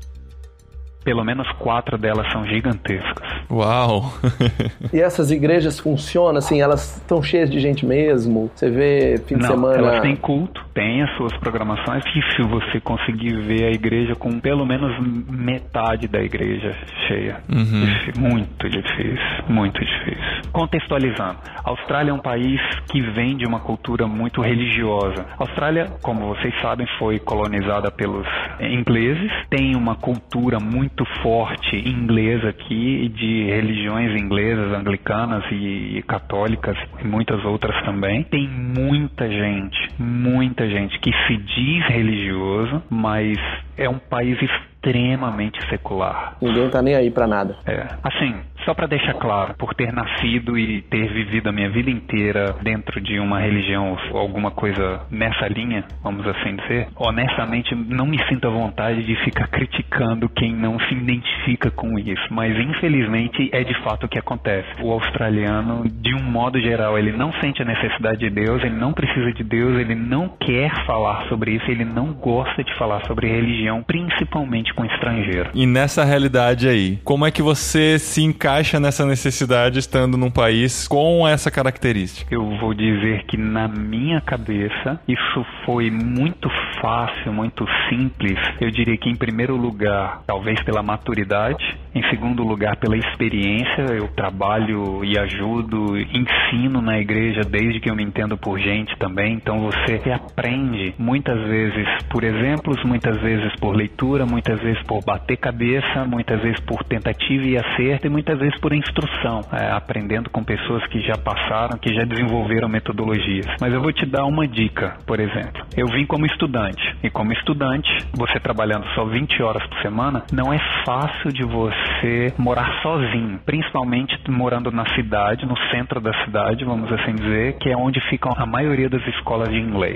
Pelo menos 4 delas são gigantescas. Uau! E essas igrejas funcionam assim? Elas estão cheias de gente mesmo? Você vê fim de semana... Elas têm culto, têm as suas programações. E se você conseguir ver a igreja com pelo menos metade da igreja cheia. Muito difícil, muito difícil. Contextualizando, a Austrália é um país que vem de uma cultura muito religiosa. A Austrália, como vocês sabem, foi colonizada pelos ingleses. Tem uma cultura muito forte inglesa aqui, de religiões inglesas, anglicanas e católicas e muitas outras também. Tem muita gente que se diz religioso, mas é um país extremamente secular. Ninguém tá nem aí pra nada. Assim, só para deixar claro, por ter nascido e ter vivido a minha vida inteira dentro de uma religião ou alguma coisa nessa linha, vamos assim dizer, honestamente não me sinto à vontade de ficar criticando quem não se identifica com isso, mas infelizmente é de fato o que acontece. O australiano, de um modo geral, ele não sente a necessidade de Deus, ele não precisa de Deus, ele não quer falar sobre isso, ele não gosta de falar sobre religião, principalmente com estrangeiro. E nessa realidade aí, como é que você se encaixa nessa necessidade estando num país com essa característica? Eu vou dizer que na minha cabeça isso foi muito fácil, muito simples. Eu diria que em primeiro lugar, talvez pela maturidade, em segundo lugar pela experiência. Eu trabalho e ajudo, ensino na igreja desde que eu me entendo por gente também, então você aprende muitas vezes por exemplos, muitas vezes por leitura, muitas vezes por bater cabeça, muitas vezes por tentativa e acerto e muitas vezes por instrução, aprendendo com pessoas que já passaram, que já desenvolveram metodologias. Mas eu vou te dar uma dica, por exemplo. Eu vim como estudante. estudante. E como estudante, você trabalhando só 20 horas por semana, não é fácil de você morar sozinho, principalmente morando na cidade, no centro da cidade, vamos assim dizer, que é onde ficam a maioria das escolas de inglês.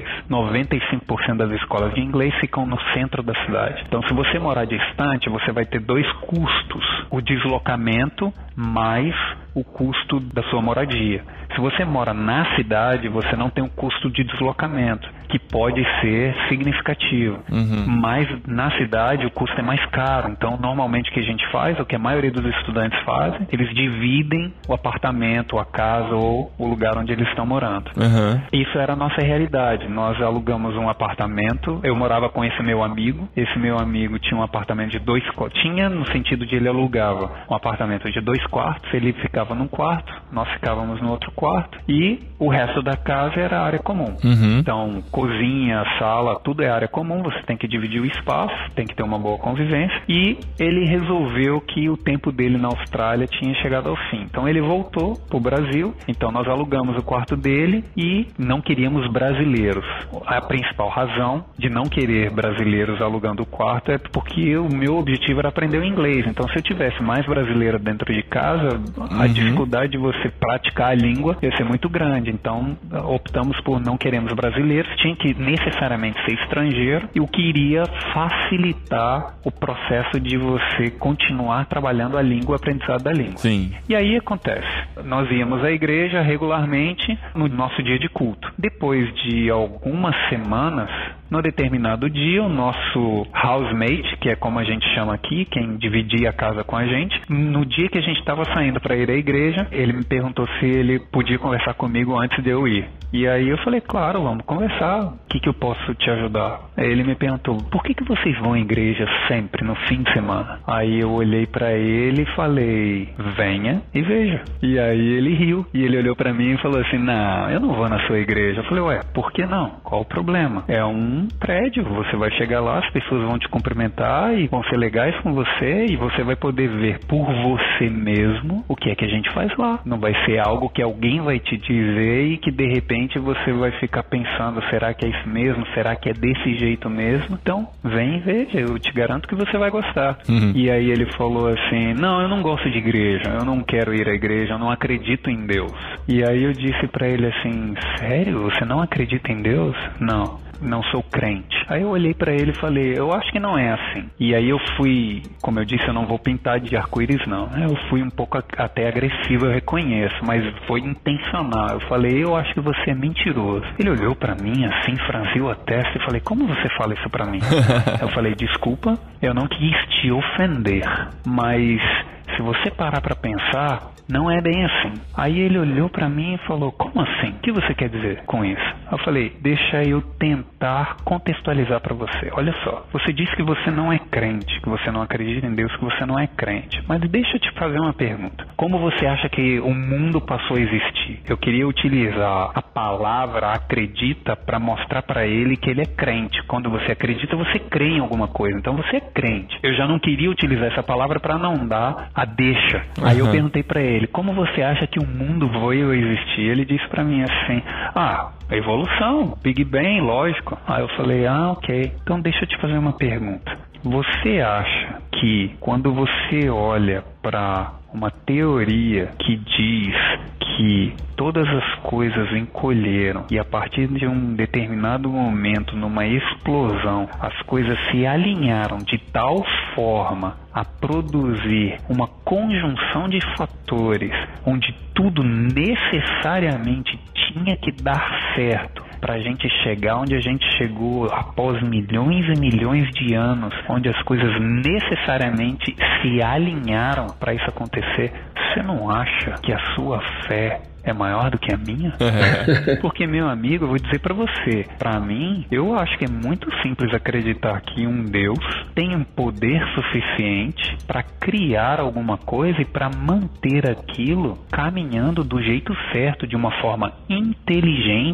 95% das escolas de inglês ficam no centro da cidade. Então, se você morar distante, você vai ter dois custos: o deslocamento mais o custo da sua moradia. Se você mora na cidade, você não tem um custo de deslocamento, que pode ser significativo. Mas na cidade o custo é mais caro. Então, normalmente o que a gente faz, o que a maioria dos estudantes fazem, eles dividem o apartamento, a casa ou o lugar onde eles estão morando. Isso era a nossa realidade. Nós alugamos um apartamento. Eu morava com esse meu amigo. Esse meu amigo tinha um apartamento de 2 quartos. Tinha no sentido de ele alugava um apartamento de 2 quartos. Ele ficava num quarto, nós ficávamos no outro quarto, e o resto da casa era área comum. Então, cozinha, sala, tudo é área comum. Você tem que dividir o espaço, tem que ter uma boa convivência. E ele resolveu que o tempo dele na Austrália tinha chegado ao fim. Então ele voltou pro Brasil. Então nós alugamos o quarto dele e não queríamos brasileiros. A principal razão de não querer brasileiros alugando o quarto é porque o meu objetivo era aprender o inglês. Então, se eu tivesse mais brasileiro dentro de casa, a dificuldade de você praticar a língua ia ser muito grande. Então optamos por não queremos brasileiros, tinha que necessariamente ser estrangeiro, e o que iria facilitar o processo de você continuar trabalhando a língua, o aprendizado da língua. Sim. E aí acontece, nós íamos à igreja regularmente no nosso dia de culto. Depois de algumas semanas, no determinado dia, o nosso housemate, que é como a gente chama aqui, quem dividia a casa com a gente, no dia que a gente estava saindo para ir à igreja, ele me perguntou se ele podia conversar comigo antes de eu ir. E aí eu falei, claro, vamos conversar, o que eu posso te ajudar? Aí ele me perguntou, por que vocês vão à igreja sempre no fim de semana? Aí eu olhei para ele e falei, venha e veja. E aí ele riu, e ele olhou para mim e falou assim, não, eu não vou na sua igreja. Eu falei, ué, por que não? Qual o problema? É um prédio, você vai chegar lá, as pessoas vão te cumprimentar e vão ser legais com você, e você vai poder ver por você mesmo o que é que a gente faz lá. Não vai ser algo que alguém vai te dizer e que de repente você vai ficar pensando, será que é isso mesmo? Será que é desse jeito mesmo? Então, vem e veja, eu te garanto que você vai gostar. E aí ele falou assim, não, eu não gosto de igreja, eu não quero ir à igreja, eu não acredito em Deus. E aí eu disse pra ele assim, sério? Você não acredita em Deus? Não sou crente. Aí eu olhei pra ele e falei, eu acho que não é assim. E aí eu fui, como eu disse, eu não vou pintar de arco-íris não. Eu fui um pouco até agressivo, eu reconheço, mas foi intencional. Eu falei, eu acho que você é mentiroso. Ele olhou pra mim assim, franziu a testa e falei, como você fala isso pra mim? Eu falei, desculpa, eu não quis te ofender, mas se você parar pra pensar, não é bem assim. Aí ele olhou pra mim e falou, como assim? O que você quer dizer com isso? Eu falei, deixa eu tentar contextualizar pra você. Olha só, você disse que você não é crente, que você não acredita em Deus, que você não é crente. Mas deixa eu te fazer uma pergunta. Como você acha que o mundo passou a existir? Eu queria utilizar a palavra acredita pra mostrar pra ele que ele é crente. Quando você acredita, você crê em alguma coisa. Então você é crente. Eu já não queria utilizar essa palavra pra não dar a deixa. Aí eu perguntei pra ele, como você acha que o mundo veio a existir? Ele disse pra mim assim, a evolução, Big Bang, lógico. Aí eu falei, ok. Então deixa eu te fazer uma pergunta. Você acha que quando você olha para uma teoria que diz que todas as coisas encolheram e a partir de um determinado momento, numa explosão, as coisas se alinharam de tal forma a produzir uma conjunção de fatores onde tudo necessariamente tinha que dar certo para a gente chegar onde a gente chegou após milhões e milhões de anos, onde as coisas necessariamente se alinharam para isso acontecer, você não acha que a sua fé é maior do que a minha? Porque, meu amigo, eu vou dizer pra você, pra mim, eu acho que é muito simples acreditar que um Deus tem um poder suficiente pra criar alguma coisa e pra manter aquilo caminhando do jeito certo, de uma forma inteligente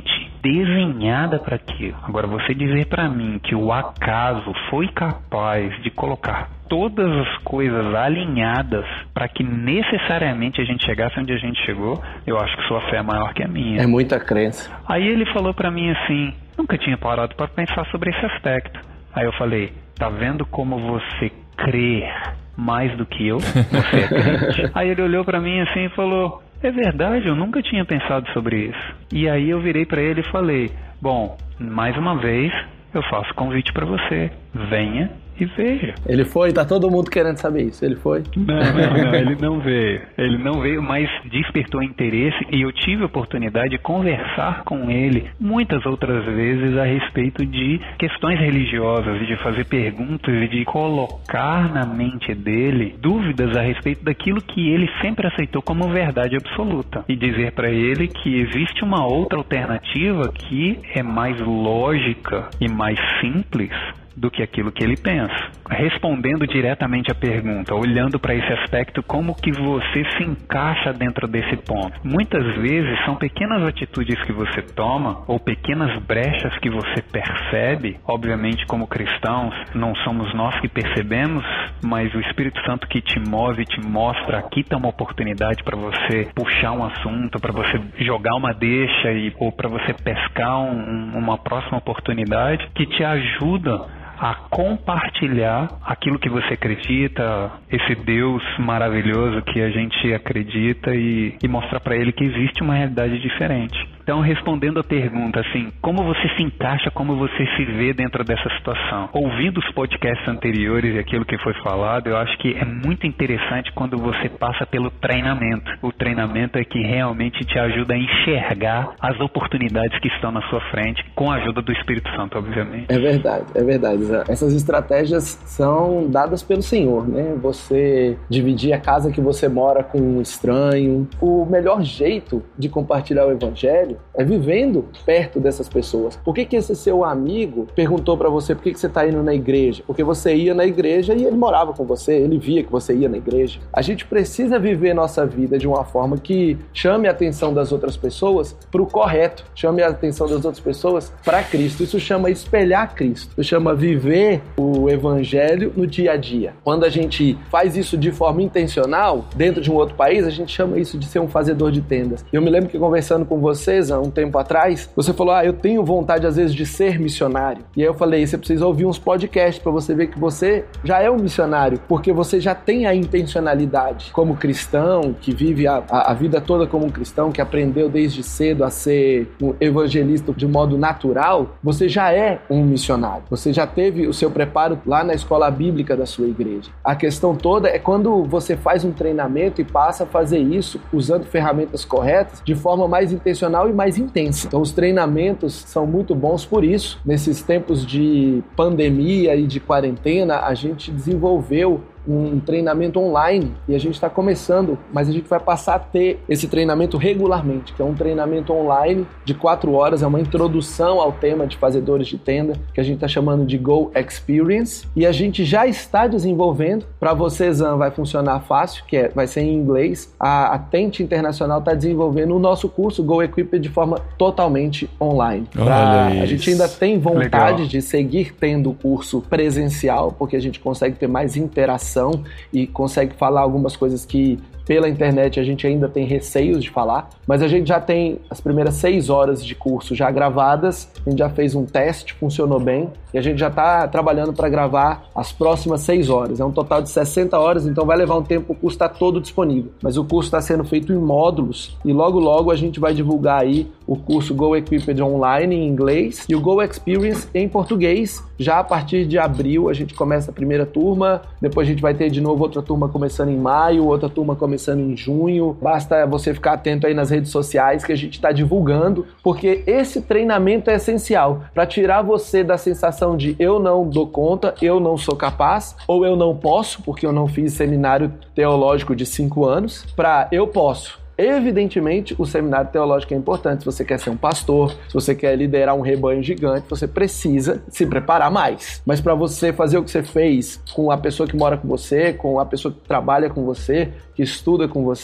desenhada para aquilo. Agora, você dizer para mim que o acaso foi capaz de colocar todas as coisas alinhadas para que necessariamente a gente chegasse onde a gente chegou, eu acho que sua fé é maior que a minha. É muita crença. Aí ele falou para mim assim, nunca tinha parado para pensar sobre esse aspecto. Aí eu falei, tá vendo como você crê mais do que eu? Você é crente. Aí ele olhou para mim assim e falou, é verdade, eu nunca tinha pensado sobre isso. E aí eu virei para ele e falei, bom, mais uma vez eu faço convite para você, venha e veja. Ele foi? Tá todo mundo querendo saber isso. Ele foi? Não, ele não veio. Ele não veio, mas despertou interesse e eu tive a oportunidade de conversar com ele muitas outras vezes a respeito de questões religiosas, de fazer perguntas e de colocar na mente dele dúvidas a respeito daquilo que ele sempre aceitou como verdade absoluta e dizer para ele que existe uma outra alternativa que é mais lógica e mais simples do que aquilo que ele pensa. Respondendo diretamente à pergunta, olhando para esse aspecto, como que você se encaixa dentro desse ponto? Muitas vezes são pequenas atitudes que você toma, ou pequenas brechas que você percebe. Obviamente, como cristãos, não somos nós que percebemos, mas o Espírito Santo que te move, te mostra, aqui está uma oportunidade para você puxar um assunto, para você jogar uma deixa, ou para você pescar uma próxima oportunidade, que te ajuda a compartilhar aquilo que você acredita, esse Deus maravilhoso que a gente acredita e mostrar para ele que existe uma realidade diferente. Então, respondendo a pergunta, assim, como você se encaixa, como você se vê dentro dessa situação? Ouvindo os podcasts anteriores e aquilo que foi falado, eu acho que é muito interessante quando você passa pelo treinamento. O treinamento é que realmente te ajuda a enxergar as oportunidades que estão na sua frente, com a ajuda do Espírito Santo, obviamente. É verdade, é verdade. Essas estratégias são dadas pelo Senhor, né? Você dividir a casa que você mora com um estranho. O melhor jeito de compartilhar o Evangelho é vivendo perto dessas pessoas. Por que esse seu amigo perguntou pra você por que você tá indo na igreja? Porque você ia na igreja e ele morava com você, ele via que você ia na igreja. A gente precisa viver nossa vida de uma forma que chame a atenção das outras pessoas pro correto, chame a atenção das outras pessoas pra Cristo. Isso chama espelhar Cristo, isso chama viver o Evangelho no dia a dia. Quando a gente faz isso de forma intencional, dentro de um outro país, a gente chama isso de ser um fazedor de tendas. Eu me lembro que conversando com vocês há um tempo atrás, você falou, eu tenho vontade às vezes de ser missionário. E aí eu falei, você precisa ouvir uns podcasts para você ver que você já é um missionário, porque você já tem a intencionalidade como cristão, que vive a vida toda como um cristão, que aprendeu desde cedo a ser um evangelista de modo natural, você já é um missionário. Você já teve o seu preparo lá na escola bíblica da sua igreja. A questão toda é quando você faz um treinamento e passa a fazer isso usando ferramentas corretas, de forma mais intencional e mais intensa. Então os treinamentos são muito bons por isso. Nesses tempos de pandemia e de quarentena, a gente desenvolveu um treinamento online e a gente está começando, mas a gente vai passar a ter esse treinamento regularmente, que é um treinamento online de 4 horas, é uma introdução ao tema de fazedores de tenda, que a gente está chamando de Go Experience, e a gente já está desenvolvendo, para você, Zan, vai funcionar fácil, vai ser em inglês, a Tente Internacional está desenvolvendo o nosso curso Go Equipped de forma totalmente online. A gente ainda tem vontade de seguir tendo o curso presencial, porque a gente consegue ter mais interação e consegue falar algumas coisas que pela internet a gente ainda tem receios de falar, mas a gente já tem as primeiras 6 horas de curso já gravadas, a gente já fez um teste, funcionou bem, e a gente já está trabalhando para gravar as próximas 6 horas. É um total de 60 horas, então vai levar um tempo, o curso está todo disponível. Mas o curso está sendo feito em módulos, e logo logo a gente vai divulgar aí o curso Go Equipped Online em inglês e o Go Experience em português. Já a partir de abril a gente começa a primeira turma, depois a gente vai ter de novo outra turma começando em maio, outra turma começando em junho. Basta você ficar atento aí nas redes sociais que a gente está divulgando, porque esse treinamento é essencial para tirar você da sensação de eu não dou conta, eu não sou capaz, ou eu não posso, porque eu não fiz seminário teológico de 5 anos, para eu posso. Evidentemente, o seminário teológico é importante. Se você quer ser um pastor, se você quer liderar um rebanho gigante, você precisa se preparar mais. Mas para você fazer o que você fez com a pessoa que mora com você, com a pessoa que trabalha com você, que estuda com você,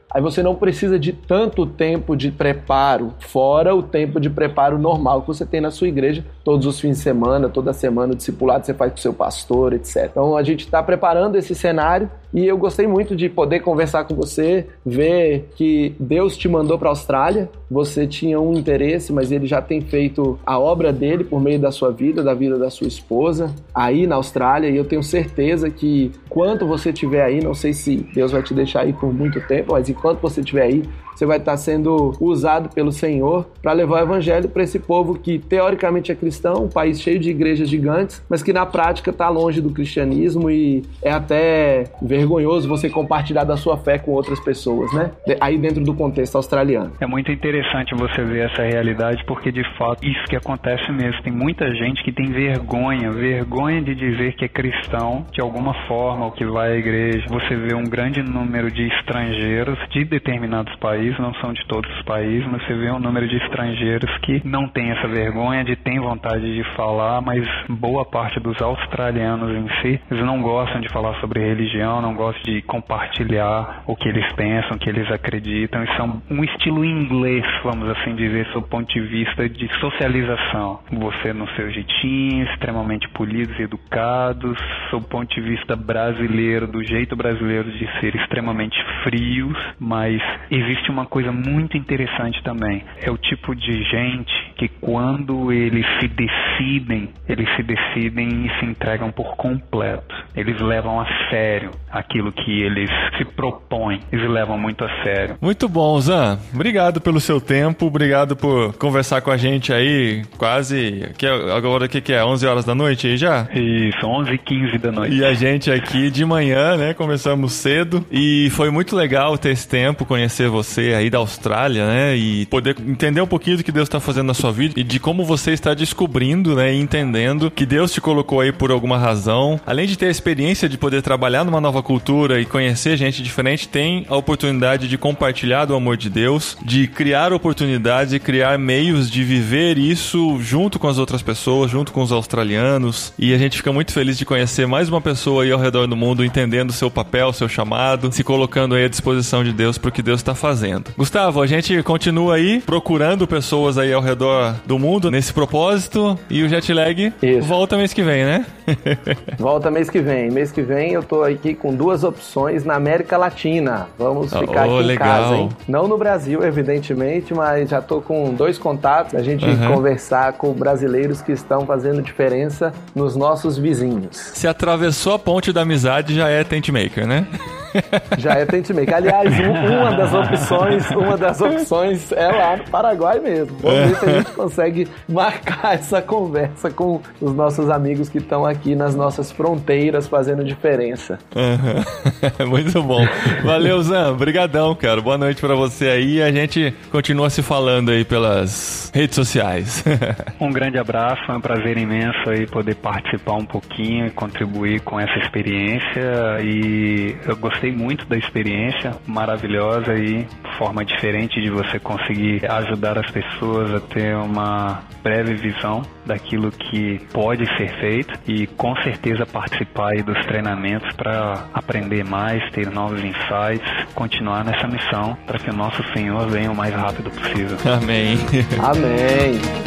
Aí você não precisa de tanto tempo de preparo, fora o tempo de preparo normal que você tem na sua igreja, todos os fins de semana, toda semana, o discipulado você faz com o seu pastor, etc. Então a gente está preparando esse cenário e eu gostei muito de poder conversar com você, ver que Deus te mandou para a Austrália, você tinha um interesse, mas ele já tem feito a obra dele por meio da sua vida, da vida da sua esposa, aí na Austrália, e eu tenho certeza que enquanto você estiver aí, não sei se Deus vai te deixar aí por muito tempo, mas enquanto você estiver aí, você vai estar sendo usado pelo Senhor para levar o evangelho para esse povo que teoricamente é cristão, um país cheio de igrejas gigantes, mas que na prática está longe do cristianismo e é até vergonhoso você compartilhar da sua fé com outras pessoas, né? Aí dentro do contexto australiano. É muito interessante você ver essa realidade porque de fato isso que acontece mesmo. Tem muita gente que tem vergonha de dizer que é cristão de alguma forma ou que vai à igreja. Você vê um grande número de estrangeiros de determinados países, não são de todos os países, mas você vê um número de estrangeiros que não tem essa vergonha, tem vontade de falar, mas boa parte dos australianos em si, eles não gostam de falar sobre religião, não gostam de compartilhar o que eles pensam, o que eles acreditam, e são um estilo inglês, vamos assim dizer, sob o ponto de vista de socialização. Você no seu jeitinho, extremamente polidos e educados, sob o ponto de vista brasileiro, do jeito brasileiro de ser extremamente frios, mas existe uma coisa muito interessante também. É o tipo de gente que quando eles se decidem e se entregam por completo. Eles levam a sério aquilo que eles se propõem. Eles levam muito a sério. Muito bom, Zan. Obrigado pelo seu tempo. Obrigado por conversar com a gente aí. Quase... Agora o que é? 11 horas da noite aí já? Isso, 11h15 da noite. E a gente aqui de manhã, né? Começamos cedo. E foi muito legal ter esse tempo, conhecer você aí da Austrália, né? E poder entender um pouquinho do que Deus está fazendo na sua vida e de como você está descobrindo, né? E entendendo que Deus te colocou aí por alguma razão. Além de ter a experiência de poder trabalhar numa nova cultura e conhecer gente diferente, tem a oportunidade de compartilhar do amor de Deus, de criar oportunidades e criar meios de viver isso junto com as outras pessoas, junto com os australianos. E a gente fica muito feliz de conhecer mais uma pessoa aí ao redor do mundo, entendendo o seu papel, o seu chamado, se colocando aí à disposição de Deus para o que Deus está fazendo. Gustavo, a gente continua aí procurando pessoas aí ao redor do mundo nesse propósito, e o Jetlag volta mês que vem, né? Volta mês que vem. Mês que vem eu tô aqui com 2 opções na América Latina. Vamos ficar aqui em casa, hein? Não no Brasil, evidentemente, mas já tô com 2 contatos a gente conversar com brasileiros que estão fazendo diferença nos nossos vizinhos. Se atravessou a ponte da amizade, já é tent maker, né? Já é tent maker. Aliás, uma das opções é lá no Paraguai mesmo. Vamos ver se a gente consegue marcar essa conversa com os nossos amigos que estão aqui nas nossas fronteiras fazendo diferença. Muito bom. Valeu, Zan. Obrigadão, cara. Boa noite pra você aí. A gente continua se falando aí pelas redes sociais. Um grande abraço. Foi um prazer imenso aí poder participar um pouquinho e contribuir com essa experiência. E eu gostei muito da experiência, maravilhosa e forma diferente de você conseguir ajudar as pessoas a ter uma breve visão daquilo que pode ser feito e com certeza participar aí dos treinamentos para aprender mais, ter novos insights, continuar nessa missão para que o nosso Senhor venha o mais rápido possível. Amém. Amém.